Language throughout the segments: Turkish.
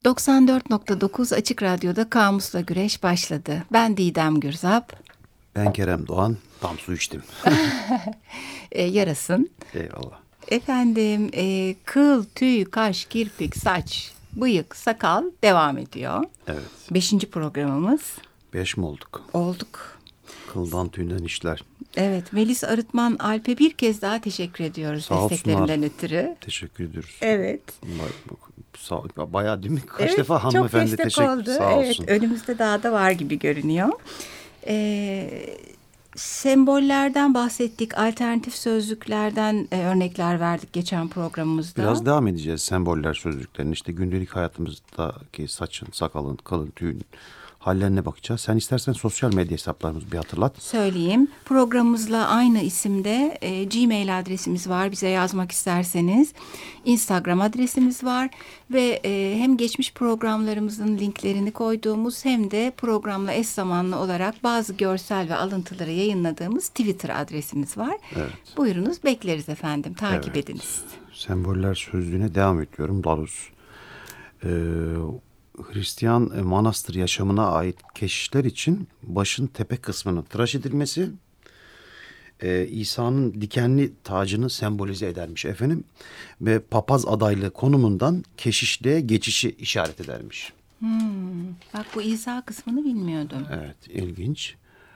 94.9 Açık Radyo'da Kamus'la Güreş başladı. Ben Didem Gürzap. Ben Kerem Doğan. Tam su içtim. Yarasın. Eyvallah. Efendim, kıl, tüy, kaş, kirpik, saç, bıyık, sakal devam ediyor. Evet. 5. programımız. 5 mi olduk? Olduk. Kıldan tüyden işler. Evet, Melis Arıtman Alp'e bir kez daha teşekkür ediyoruz desteklerinden ötürü. Teşekkür ediyoruz. Evet. Bayağı değil mi? Kaç evet, defa hanımefendi çok destek teşekkür oldu. Sağ olsun. Evet, önümüzde daha da var gibi görünüyor. Sembollerden bahsettik, alternatif sözlüklerden örnekler verdik geçen programımızda. Biraz devam edeceğiz semboller sözlüklerinin. İşte gündelik hayatımızdaki saçın, sakalın, kalın tüyün hallerine bakacağız. Sen istersen sosyal medya hesaplarımızı bir hatırlat. Söyleyeyim. Programımızla aynı isimde Gmail adresimiz var. Bize yazmak isterseniz. Instagram adresimiz var. Ve hem geçmiş programlarımızın linklerini koyduğumuz hem de programla eş zamanlı olarak bazı görsel ve alıntıları yayınladığımız Twitter adresimiz var. Evet. Buyurunuz, bekleriz efendim. Takip ediniz. Semboller sözlüğüne devam ediyorum. Dalus. Hristiyan manastır yaşamına ait keşişler için başın tepe kısmının tıraş edilmesi İsa'nın dikenli tacını sembolize edermiş efendim. Ve papaz adaylığı konumundan keşişliğe geçişi işaret edermiş. Bak, bu İsa kısmını bilmiyordum. Evet, ilginç.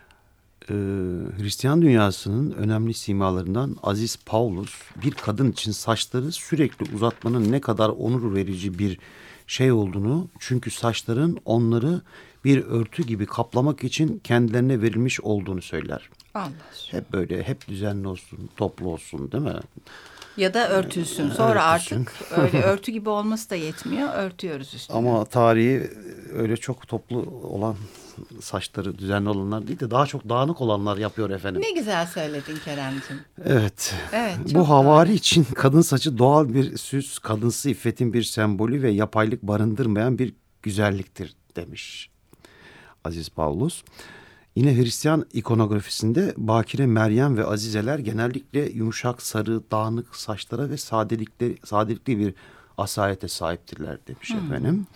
Hristiyan dünyasının önemli simalarından Aziz Paulus bir kadın için saçları sürekli uzatmanın ne kadar onur verici bir şey olduğunu, çünkü saçların onları bir örtü gibi kaplamak için kendilerine verilmiş olduğunu söyler. Allah. Hep böyle, hep düzenli olsun, toplu olsun, değil mi? Ya da örtülsün. Sonra Örtülsün. artık öyle örtü gibi olması da yetmiyor. Örtüyoruz üstüne. Ama tarihi öyle çok toplu olan saçları düzenli olanlar değil de daha çok dağınık olanlar yapıyor efendim. Ne güzel söyledin Keremciğim. Evet. Evet, çok Bu havari için kadın saçı doğal bir süs, kadınsı iffetin bir sembolü ve yapaylık barındırmayan bir güzelliktir demiş Aziz Paulus. Yine Hristiyan ikonografisinde Bakire Meryem ve Azizeler genellikle yumuşak, sarı, dağınık saçlara ve sadelikli bir asalete sahiptirler demiş efendim.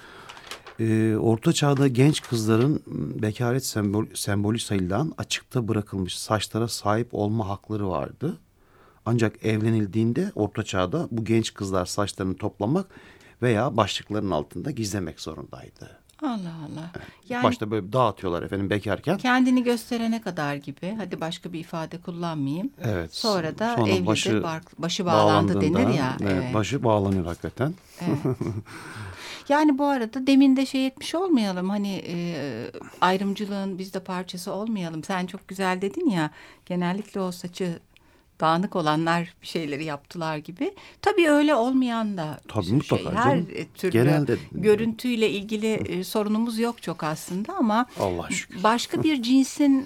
Orta Çağ'da genç kızların bekaret sembolü sayılan açıkta bırakılmış saçlara sahip olma hakları vardı. Ancak evlenildiğinde Orta Çağ'da bu genç kızlar saçlarını toplamak veya başlıkların altında gizlemek zorundaydı. Allah Allah. Yani Başta böyle dağıtıyorlar efendim bekarken. kendini gösterene kadar gibi. Hadi başka bir ifade kullanmayayım. Evet. Sonra da Sonra evlidir, başı bağlandı denir ya. Evet. Başı bağlanıyor hakikaten. Evet. Yani bu arada demin de şey etmiş olmayalım, hani ayrımcılığın biz de parçası olmayalım. Sen çok güzel dedin ya, genellikle o saçı dağınık olanlar bir şeyleri yaptılar gibi. Tabii öyle olmayan da Tabii mutlaka her canım. türlü Genelde görüntüyle ilgili sorunumuz yok çok aslında, ama Allah şükür. başka bir cinsin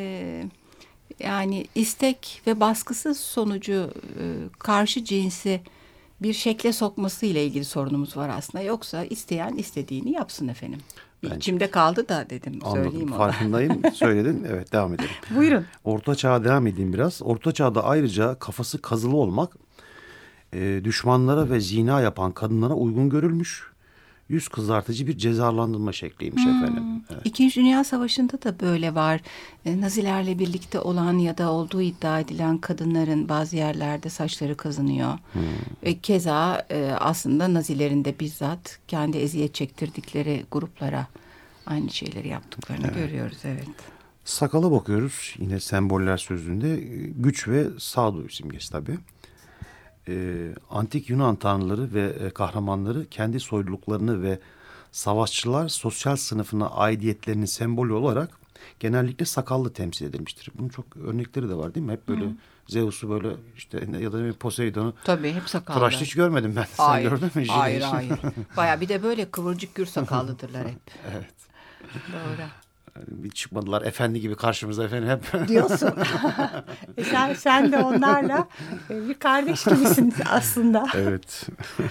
yani istek ve baskısı sonucu karşı cinsi bir şekle sokması ile ilgili sorunumuz var aslında. Yoksa isteyen istediğini yapsın efendim. İçimde kaldı da dedim. Anladım. Söyleyeyim ona. Farkındayım. Söyledin. Evet, devam edelim. Buyurun. Orta Çağ'a devam edeyim biraz. Orta Çağ'da ayrıca kafası kazılı olmak düşmanlara ve zina yapan kadınlara uygun görülmüş. Yüz kızartıcı bir cezalandırma şekliymiş efendim. Evet. İkinci Dünya Savaşı'nda da böyle var. Nazilerle birlikte olan ya da olduğu iddia edilen kadınların bazı yerlerde saçları kazınıyor. Keza aslında Nazilerin de bizzat kendi eziyet çektirdikleri gruplara aynı şeyleri yaptıklarını görüyoruz. Evet. Sakala bakıyoruz. Yine semboller sözlüğünde güç ve sağduyu simgesi tabii. Antik Yunan tanrıları ve kahramanları kendi soyluluklarını ve savaşçılar sosyal sınıfına aidiyetlerinin sembolü olarak genellikle sakallı temsil edilmiştir. Bunun çok örnekleri de var değil mi? Hep böyle Zeus'u böyle işte ya da Poseidon'u Tabii hep sakallı. tıraşlı hiç görmedim ben. Hayır, Sen gördün mü? hayır. Bayağı bir de böyle kıvırcık gür sakallıdırlar hep. Evet. Doğru. Bir çıkmadılar efendi gibi karşımıza efendim hep. Diyorsun. Sen de onlarla bir kardeş gibisin aslında. Evet.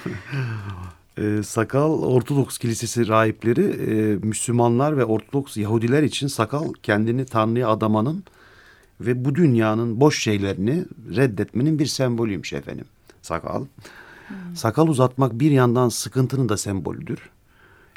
Sakal Ortodoks Kilisesi rahipleri Müslümanlar ve Ortodoks Yahudiler için sakal kendini Tanrı'ya adamanın ve bu dünyanın boş şeylerini reddetmenin bir sembolüymüş efendim. Sakal. Sakal uzatmak bir yandan sıkıntının da sembolüdür.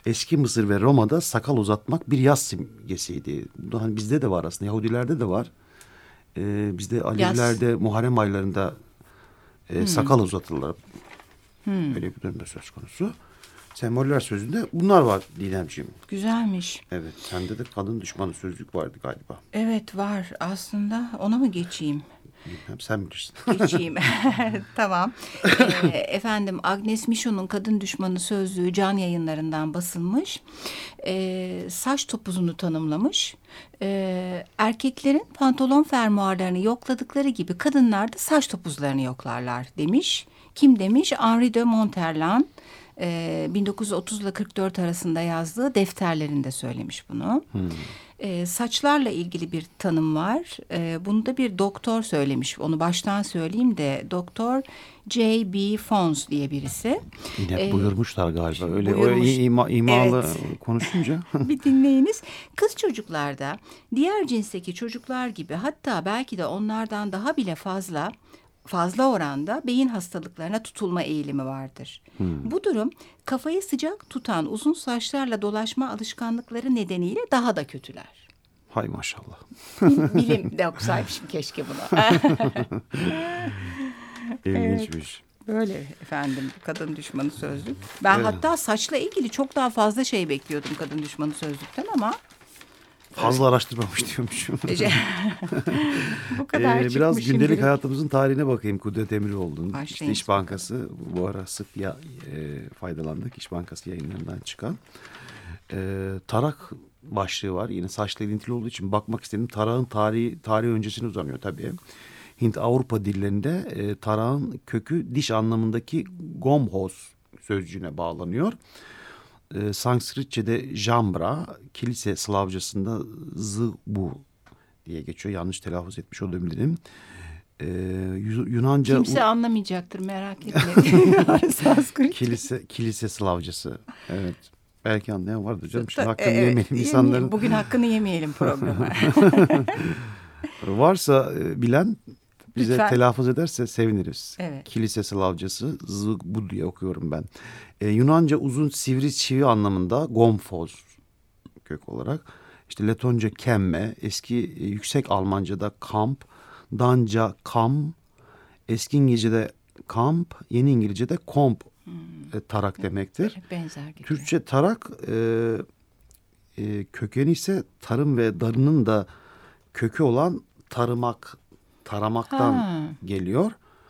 Eski Mısır ve Roma'da sakal uzatmak bir yaz simgesiydi. Bu da hani bizde de var aslında. Yahudilerde de var. Bizde Alevilerde Muharrem aylarında sakal uzatırlar. Öyle bir durumda söz konusu. Semboller sözünde bunlar var Didemciğim. Güzelmiş. Evet, sende de kadın düşmanı sözlük vardı galiba. Evet var aslında. Ona mı geçeyim? Bilmem, sen bilirsin. Geçeyim. Tamam. Efendim Agnes Michon'un Kadın Düşmanı sözlüğü Can Yayınlarından basılmış. Saç topuzunu tanımlamış. Erkeklerin pantolon fermuarlarını yokladıkları gibi kadınlar da saç topuzlarını yoklarlar demiş. Kim demiş? Henri de Monterland. 1930 ile 44 arasında yazdığı defterlerinde söylemiş bunu. Saçlarla ilgili bir tanım var. Bunu da bir doktor söylemiş. Onu baştan söyleyeyim de Doktor J.B. Fons diye birisi. Yine buyurmuşlar galiba. Öyle buyurmuş. imalı Evet. konuşunca. Bir dinleyiniz. Kız çocuklarda diğer cinsteki çocuklar gibi, hatta belki de onlardan daha bile fazla oranda beyin hastalıklarına tutulma eğilimi vardır. Bu durum kafayı sıcak tutan uzun saçlarla dolaşma alışkanlıkları nedeniyle daha da kötüler. Hay maşallah. Bilim de okusaymışım keşke bunu. İlginçmiş. Böyle efendim kadın düşmanı sözlük. Ben hatta saçla ilgili çok daha fazla şey bekliyordum kadın düşmanı sözlükten ama... Fazla araştırmamış diyormuşum. Bu kadar biraz çıkmış gündelik şimdilik. hayatımızın tarihine bakayım. Kudret Emiroğlu'nun. Başlayın. İşte İş Bankası bu ara sık faydalandık. İş Bankası yayınlarından çıkan. Tarak başlığı var. Yine saçla ilintili olduğu için bakmak istedim. Tarağın tarihi öncesine uzanıyor tabii. Hint-Avrupa dillerinde tarağın kökü diş anlamındaki gomhoz sözcüğüne bağlanıyor. Sanskritçe'de jambra, kilise Slavcasında zıbu diye geçiyor. Yanlış telaffuz etmiş olabilirim. Yunanca... Kimse anlamayacaktır, merak etmeyin. Sanskrit. Kilise Slavcası. Evet. Belki anlayan vardır canım. Şimdi hakkını yemeyelim insanların. Bugün hakkını yemeyelim programa. Varsa bilen bize Lütfen. telaffuz ederse seviniriz. Evet. Kilise Slavcası zıbu diye okuyorum ben. Yunanca uzun sivri çivi anlamında gomfoz kök olarak. İşte Letonca kemme, eski yüksek Almanca'da kamp, Danca kam, eski İngilizce'de kamp, yeni İngilizce'de komp tarak demektir. Evet, benzer gibi. Türkçe tarak kökeni ise tarım ve darının da kökü olan taramaktan geliyor.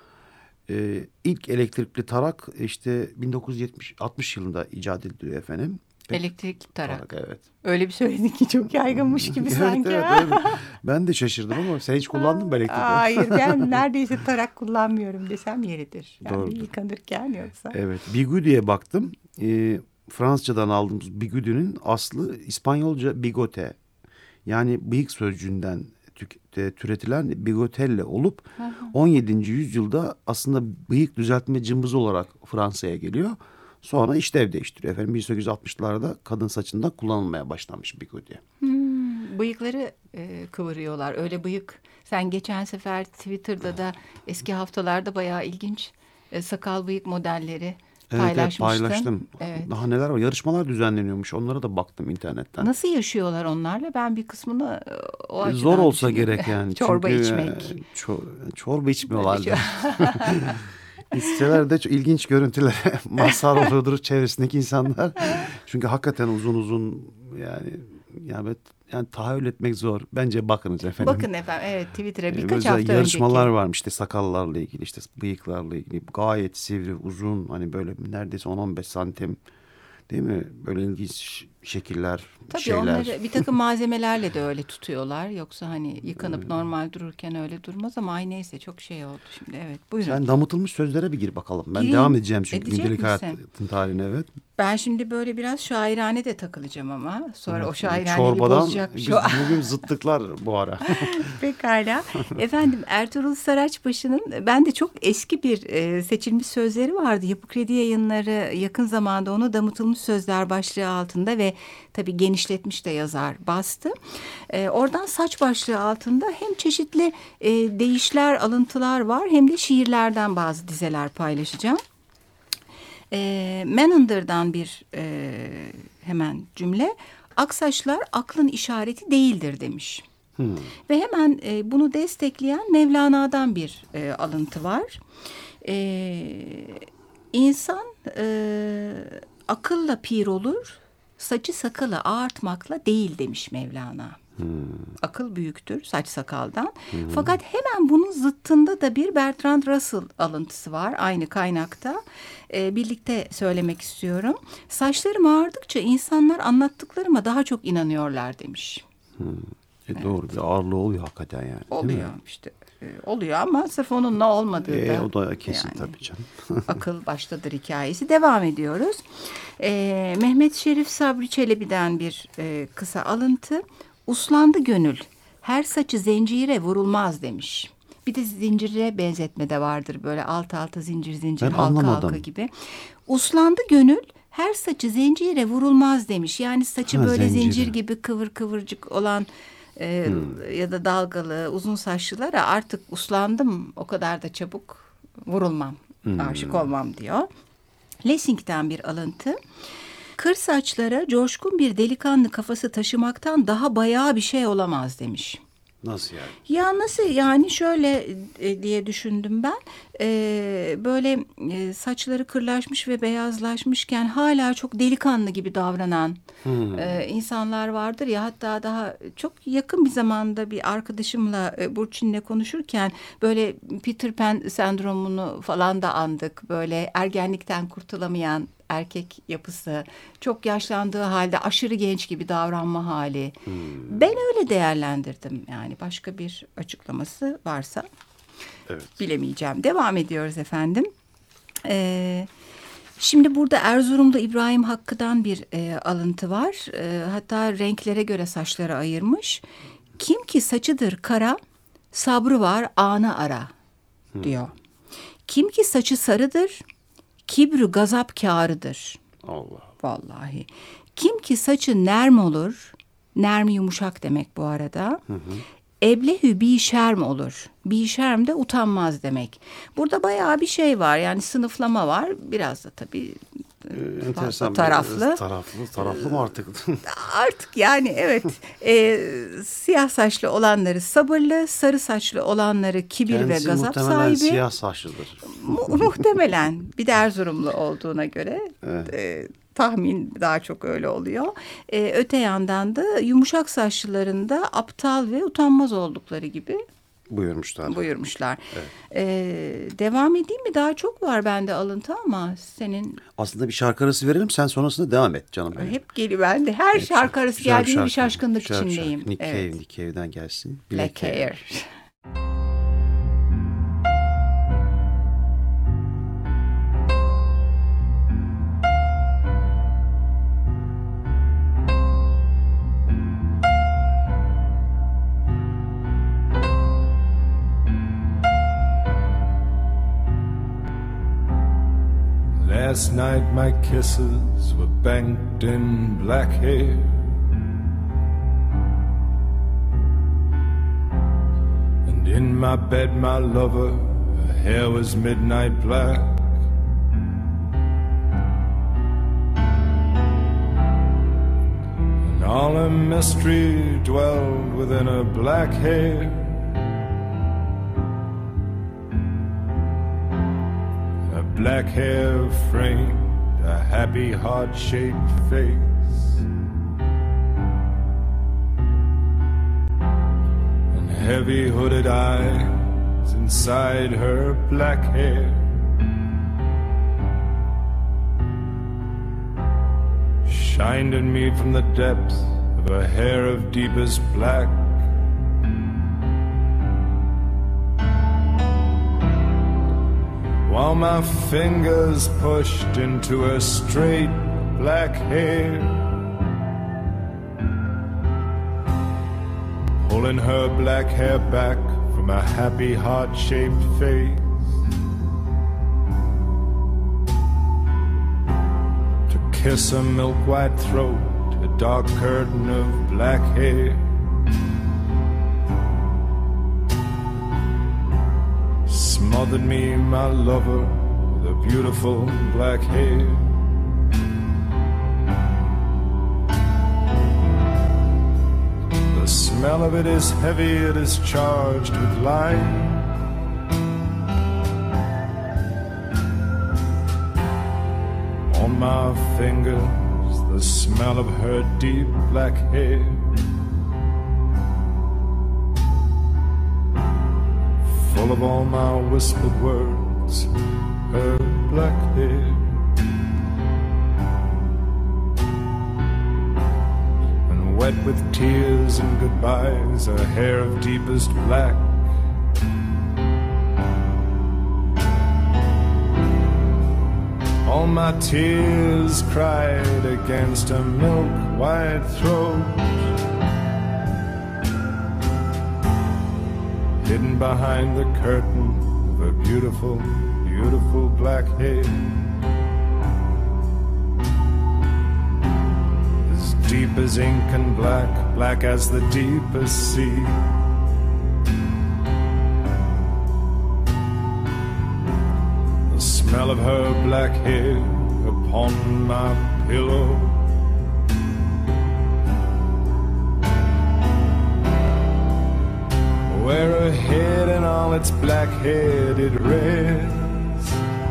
İlk elektrikli tarak işte 1960 yılında icat ediliyor efendim. Elektrikli tarak. Evet. Öyle bir söyledin ki çok yaygınmış gibi sanki. Evet. Ben de şaşırdım ama sen hiç kullandın mı elektrikli? Hayır, ben neredeyse tarak kullanmıyorum desem yeridir. Yani Doğrudur. yıkanırken yoksa. Evet. Bigoudie'ye baktım. Fransızcadan aldığımız bigoudie'nin aslı İspanyolca bigote. Yani bıyık sözcüğünden türetilen bigotelle olup 17. yüzyılda aslında bıyık düzeltme cımbızı olarak Fransa'ya geliyor. Sonra işlev değiştiriyor. Efendim 1860'larda kadın saçında kullanılmaya başlanmış bigodi. Bıyıkları kıvırıyorlar. Öyle bıyık. Sen geçen sefer Twitter'da da eski haftalarda bayağı ilginç sakal bıyık modelleri paylaşmıştın. Evet, paylaştım. Evet. Daha neler var? Yarışmalar düzenleniyormuş. Onlara da baktım internetten. Nasıl yaşıyorlar onlarla? Ben bir kısmını o açıdan Zor olsa düşünüyorum. gerek yani. Çorba Çünkü, içmek. Çorba içmiyorlardı. İsteseler de çok ilginç görüntülere mazhar oluyordur çevresindeki insanlar. Çünkü hakikaten uzun yani tahayyül etmek zor. Bence bakınız efendim. Bakın efendim, evet, Twitter'a birkaç Özel hafta yarışmalar önceki. varmış işte sakallarla ilgili, işte bıyıklarla ilgili. Gayet sivri, uzun, hani böyle neredeyse 10-15 santim, değil mi? Böyle ilginç şekiller, Tabii şeyler. onları bir takım malzemelerle de öyle tutuyorlar. Yoksa hani yıkanıp normal dururken öyle durmaz ama ay neyse, çok şey oldu şimdi. Evet, buyurun. Sen damıtılmış sözlere bir gir bakalım. Ben Gireyim. devam edeceğim çünkü Edecek gündelik misin? hayatın tarihine, evet. Ben şimdi böyle biraz şairane de takılacağım ama sonra o şairaneyi Çorbadan bozacak bir biz şey. bugün zıttıklar bu ara. Pekala. Efendim Ertuğrul Saraçbaşı'nın ben de çok eski bir seçilmiş sözleri vardı. Yapı Kredi Yayınları yakın zamanda onu damıtılmış sözler başlığı altında ve tabii genişletmiş de yazar bastı. Oradan saç başlığı altında hem çeşitli deyişler, alıntılar var hem de şiirlerden bazı dizeler paylaşacağım. Menander'dan bir hemen cümle. Aksaçlar aklın işareti değildir demiş. Ve hemen bunu destekleyen Mevlana'dan bir alıntı var. İnsan akılla pir olur, saçı sakalı ağartmakla değil demiş Mevlana. Akıl büyüktür saç sakaldan. Fakat hemen bunun zıttında da bir Bertrand Russell alıntısı var aynı kaynakta. Birlikte söylemek istiyorum. Saçlarım ağardıkça insanlar anlattıklarıma daha çok inanıyorlar demiş. Doğru, bir ağırlığı oluyor hakikaten yani. Oluyor işte. Oluyor ama sırf onunla olmadığı da. O da kesin yani, tabii canım. Akıl baştadır hikayesi. Devam ediyoruz. Mehmet Şerif Sabri Çelebi'den bir kısa alıntı. Uslandı gönül, her saçı zincire vurulmaz demiş. Bir de zincire benzetme de vardır, böyle alt alta zincir halka gibi. Uslandı gönül, her saçı zincire vurulmaz demiş. Yani saçı böyle zincir gibi kıvırcık olan ya da dalgalı uzun saçlılara artık uslandım, o kadar da çabuk vurulmam, aşık olmam diyor. Lessing'den bir alıntı. Kır saçlara coşkun bir delikanlı kafası taşımaktan daha bayağı bir şey olamaz demiş. Nasıl yani? Ya nasıl yani, şöyle diye düşündüm ben. Böyle saçları kırlaşmış ve beyazlaşmışken hala çok delikanlı gibi davranan insanlar vardır ya. Hatta daha çok yakın bir zamanda bir arkadaşımla Burçin'le konuşurken böyle Peter Pan sendromunu falan da andık. Böyle ergenlikten kurtulamayan erkek yapısı, çok yaşlandığı halde aşırı genç gibi davranma hali. Ben öyle değerlendirdim. Yani başka bir açıklaması varsa bilemeyeceğim. Devam ediyoruz efendim. Şimdi burada Erzurumlu İbrahim Hakkı'dan bir alıntı var. Hatta renklere göre saçları ayırmış. Kim ki saçıdır kara, sabrı var anı ara diyor. Kim ki saçı sarıdır, kibrü gazap kârıdır. Allah. Vallahi. Kim ki saçı nerm olur, nerm yumuşak demek bu arada. Eblehü bişerm olur. Bişerm de utanmaz demek. Burada bayağı bir şey var. Yani sınıflama var. Biraz da tabii enteresan, taraflı. Taraflı mı artık? Artık yani evet. Siyah saçlı olanları sabırlı, sarı saçlı olanları kibir kendisi ve gazap sahibi. Muhtemelen siyah saçlıdır. Muhtemelen. Bir de Erzurumlu olduğuna göre. Evet. Tahmin daha çok öyle oluyor. Öte yandan da yumuşak saçlıların da aptal ve utanmaz oldukları gibi buyurmuşlar. Evet. Devam edeyim mi? Daha çok var bende alıntı ama senin... Aslında bir şarkı arası verelim, sen sonrasında devam et canım benim. Hep geliyor bende. Her şarkı arası geldiğinde bir şaşkınlık içindeyim. Nick Cave'den gelsin. Black Hair. Last night my kisses were banked in black hair. And in my bed my lover, her hair was midnight black. And all her mystery dwelled within her black hair. Black hair framed a happy heart-shaped face, and heavy hooded eyes inside her black hair. Shined at me from the depths of her hair of deepest black. While my fingers pushed into her straight black hair, pulling her black hair back from a happy heart-shaped face. To kiss her milk-white throat, a dark curtain of black hair. Smothered me, my lover, with a beautiful black hair. The smell of it is heavy, it is charged with life. On my fingers, the smell of her deep black hair. Full of all my whispered words, her black hair. And wet with tears and goodbyes, her hair of deepest black. All my tears cried against her milk-white throat, hidden behind the curtain of her beautiful, beautiful black hair. As deep as ink and black, black as the deepest sea. The smell of her black hair upon my pillow. Where her head and all its black hair did rest.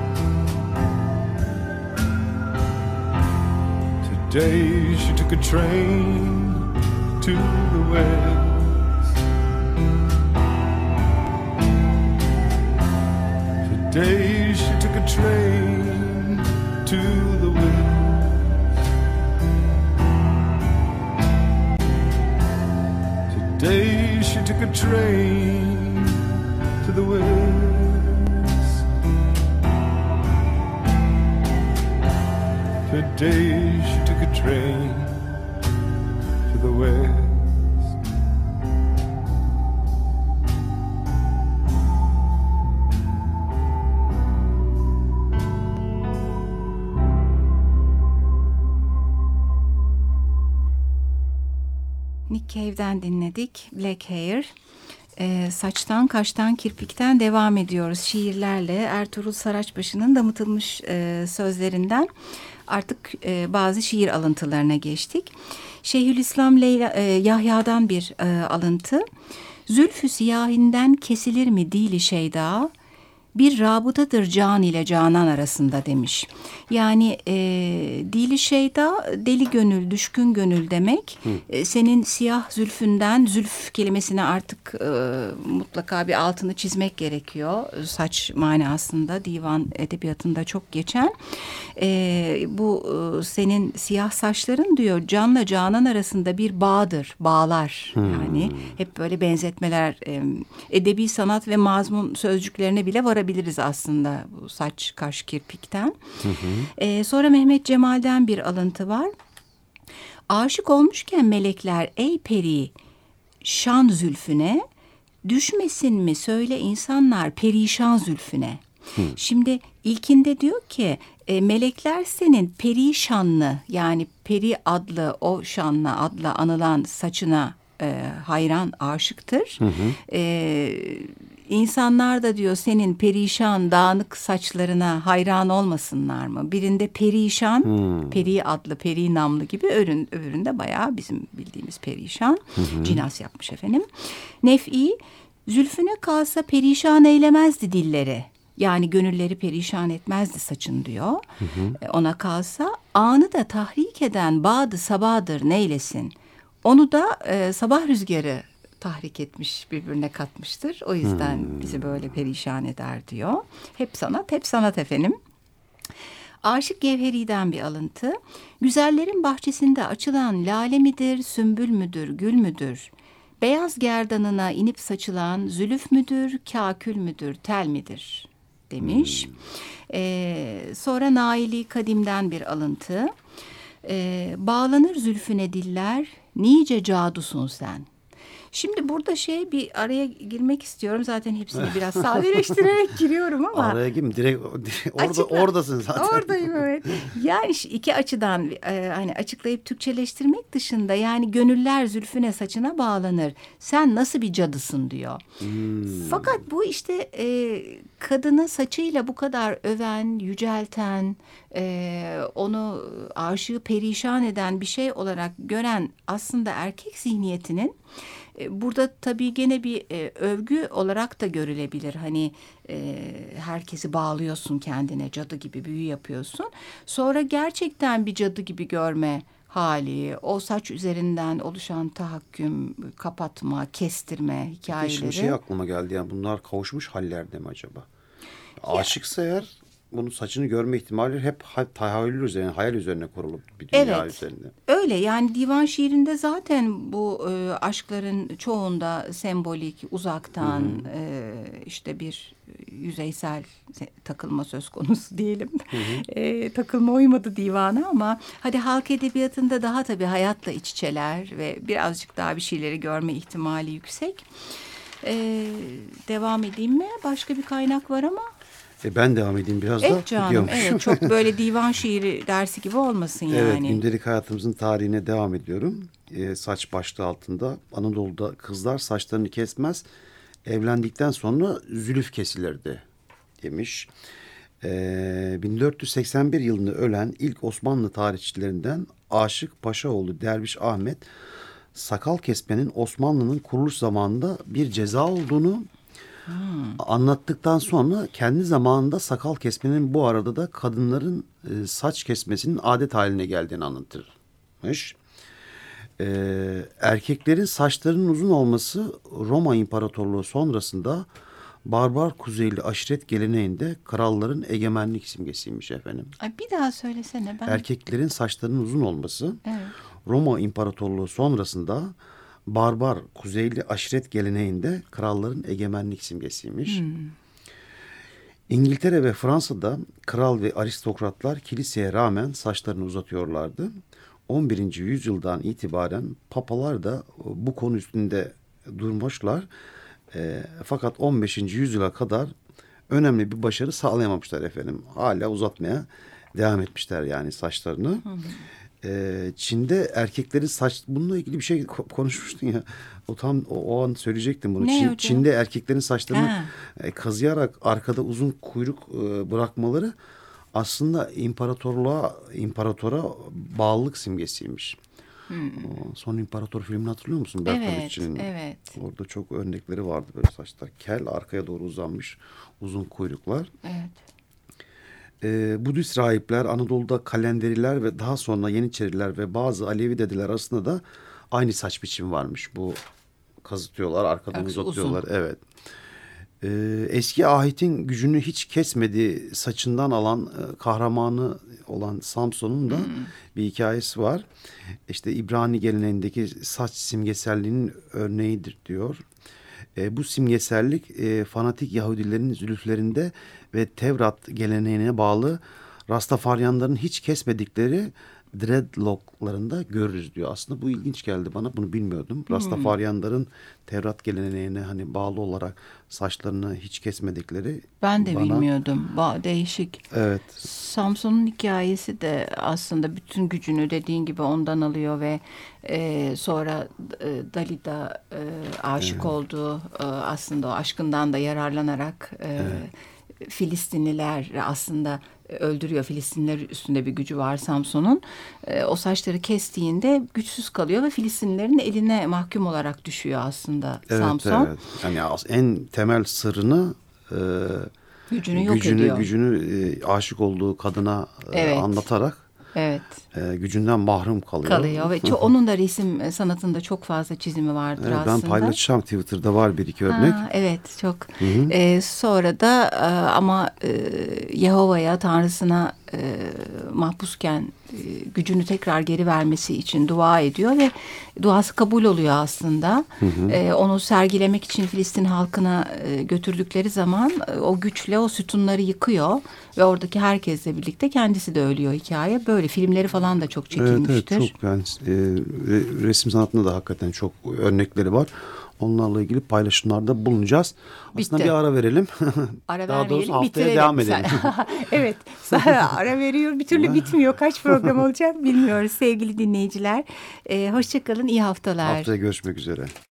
Today she took a train to the west. Today she took a train to the west. Today she took a train to the west. Today she took a train to the west. Nick Cave'den dinledik. Black Hair. Saçtan, kaştan, kirpikten devam ediyoruz şiirlerle. Ertuğrul Saraçbaşı'nın damıtılmış sözlerinden artık bazı şiir alıntılarına geçtik. Şeyhülislam Yahya'dan bir alıntı. Zülfü siyahinden kesilir mi dili şeyda? Bir rabıtadır can ile canan arasında demiş. Yani dili şeyda, deli gönül, düşkün gönül demek. Senin siyah zülfünden, zülf kelimesine artık mutlaka bir altını çizmek gerekiyor. Saç manasında, divan edebiyatında çok geçen. Bu senin siyah saçların diyor, canla canan arasında bir bağdır, bağlar. Yani hep böyle benzetmeler, edebi sanat ve mazmun sözcüklerine bile varabiliriz aslında bu saç, kaş, kirpikten. Sonra Mehmet Cemal'den bir alıntı var. Aşık olmuşken melekler ey peri şan zülfüne, düşmesin mi söyle insanlar perişan zülfüne. Şimdi ilkinde diyor ki melekler senin perişanlı, yani peri adlı o şanlı adla anılan saçına hayran, aşıktır. İnsanlar da diyor senin perişan, dağınık saçlarına hayran olmasınlar mı? Birinde perişan, peri adlı, peri namlı gibi, öbüründe bayağı bizim bildiğimiz perişan. Cinas yapmış efendim. Nef'i, zülfüne kalsa perişan eylemezdi dilleri. Yani gönülleri perişan etmezdi saçın diyor. Ona kalsa anı da tahrik eden bağdı sabadır neylesin. Onu da sabah rüzgarı tahrik etmiş, birbirine katmıştır. O yüzden bizi böyle perişan eder diyor. Hep sanat, hep sanat efendim. Aşık Gevheri'den bir alıntı. Güzellerin bahçesinde açılan lale midir, sümbül müdür, gül müdür? Beyaz gerdanına inip saçılan zülüf müdür, kâkül müdür, tel midir? Demiş. Sonra Naili Kadim'den bir alıntı. Bağlanır zülfüne diller, nice cadusun sen. Şimdi burada bir araya girmek istiyorum. Zaten hepsini biraz sadeleştirerek giriyorum ama. Araya girme, direkt oradasın zaten. Oradayım, evet. Yani iki açıdan hani açıklayıp Türkçeleştirmek dışında, yani gönüller zülfüne saçına bağlanır. Sen nasıl bir cadısın diyor. Fakat bu işte kadını saçıyla bu kadar öven, yücelten, onu aşığı perişan eden bir şey olarak gören aslında erkek zihniyetinin burada tabii gene bir övgü olarak da görülebilir. Hani herkesi bağlıyorsun kendine, cadı gibi büyü yapıyorsun. Sonra gerçekten bir cadı gibi görme hali, o saç üzerinden oluşan tahakküm, kapatma, kestirme hikayeleri. Şimdi aklıma geldi, yani bunlar kavuşmuş hallerde mi acaba? Aşıksa eğer bunun saçını görme ihtimali hep tahayyül üzerine, hayal üzerine kurulu bir dünya üzerinde. Öyle, yani divan şiirinde zaten bu aşkların çoğunda sembolik, uzaktan işte bir yüzeysel takılma söz konusu diyelim. Takılma uymadı divana ama hadi halk edebiyatında daha tabii hayatla iç içeler ve birazcık daha bir şeyleri görme ihtimali yüksek. Devam edeyim mi? Başka bir kaynak var ama. Ben devam edeyim biraz da. Canım, evet, çok böyle divan şiiri dersi gibi olmasın yani. Evet, gündelik hayatımızın tarihine devam ediyorum. Saç başlığı altında Anadolu'da kızlar saçlarını kesmez, evlendikten sonra zülüf kesilirdi demiş. 1481 yılında ölen ilk Osmanlı tarihçilerinden Aşık Paşaoğlu Derviş Ahmet, sakal kesmenin Osmanlı'nın kuruluş zamanında bir ceza olduğunu anlattıktan sonra kendi zamanında sakal kesmenin bu arada da kadınların saç kesmesinin adet haline geldiğini anlatırmış. Erkeklerin saçlarının uzun olması Roma İmparatorluğu sonrasında barbar kuzeyli aşiret geleneğinde kralların egemenlik simgesiymiş efendim. Ay, bir daha söylesene. Erkeklerin saçlarının uzun olması evet, Roma İmparatorluğu sonrasında barbar kuzeyli aşiret geleneğinde kralların egemenlik simgesiymiş. İngiltere ve Fransa'da kral ve aristokratlar kiliseye rağmen saçlarını uzatıyorlardı. 11. yüzyıldan itibaren papalar da bu konu üstünde durmuşlar. Fakat 15. yüzyıla kadar önemli bir başarı sağlayamamışlar efendim. Hala uzatmaya devam etmişler yani saçlarını. Çin'de erkeklerin bununla ilgili bir şey konuşmuştun ya. O an söyleyecektim bunu. Çin'de erkeklerin saçlarını kazıyarak arkada uzun kuyruk bırakmaları aslında imparatora bağlılık simgesiymiş. Son İmparator filmini hatırlıyor musun? Evet. Orada çok örnekleri vardı, böyle saçlar kel, arkaya doğru uzanmış uzun kuyruklar. Evet. Budist rahipler, Anadolu'da kalenderiler ve daha sonra Yeniçeriler ve bazı Alevi dedeler arasında da aynı saç biçimi varmış. Bu kazıtıyorlar, arkadan uzatıyorlar. Uzun. Evet. Eski ahitin gücünü hiç kesmedi, saçından alan kahramanı olan Samson'un da bir hikayesi var. İşte İbrani geleneğindeki saç simgeselliğinin örneğidir diyor. Bu simgesellik fanatik Yahudilerin zülüflerinde ve Tevrat geleneğine bağlı Rastafaryanların hiç kesmedikleri dreadlocklarında görürüz diyor. Aslında bu ilginç geldi bana, bunu bilmiyordum. Rastafaryanların Tevrat geleneğine hani bağlı olarak saçlarını hiç kesmedikleri. Ben de bilmiyordum. Değişik. Evet. Samson'un hikayesi de aslında bütün gücünü dediğin gibi ondan alıyor ve sonra Dalida aşık olduğu aslında o aşkından da yararlanarak Filistinliler aslında öldürüyor. Filistinliler üstünde bir gücü var Samson'un. O saçları kestiğinde güçsüz kalıyor ve Filistinlilerin eline mahkum olarak düşüyor aslında Samson. Evet. Yani en temel sırrını gücünü aşık olduğu kadına anlatarak gücünden mahrum kalıyor. Ve onun da resim sanatında çok fazla çizimi vardır aslında. Ben paylaşacağım, Twitter'da var bir iki örnek. Evet, çok. Sonra da ama Yehova'ya, Tanrısına mahpusken gücünü tekrar geri vermesi için dua ediyor ve duası kabul oluyor aslında. Onu sergilemek için Filistin halkına götürdükleri zaman o güçle o sütunları yıkıyor ve oradaki herkesle birlikte kendisi de ölüyor hikaye. Böyle filmleri falan da çok çekilmiştir. Evet, çok yani resim sanatında da hakikaten çok örnekleri var. onlarla ilgili paylaşımlarda bulunacağız. Aslında Bitti. bir ara verelim. Ara Daha doğrusu vermeyelim, haftaya bitirelim. devam edelim. Evet, ara veriyor, bir türlü bitmiyor. Kaç program olacak bilmiyoruz sevgili dinleyiciler. Hoşça kalın, iyi haftalar. Haftaya görüşmek üzere.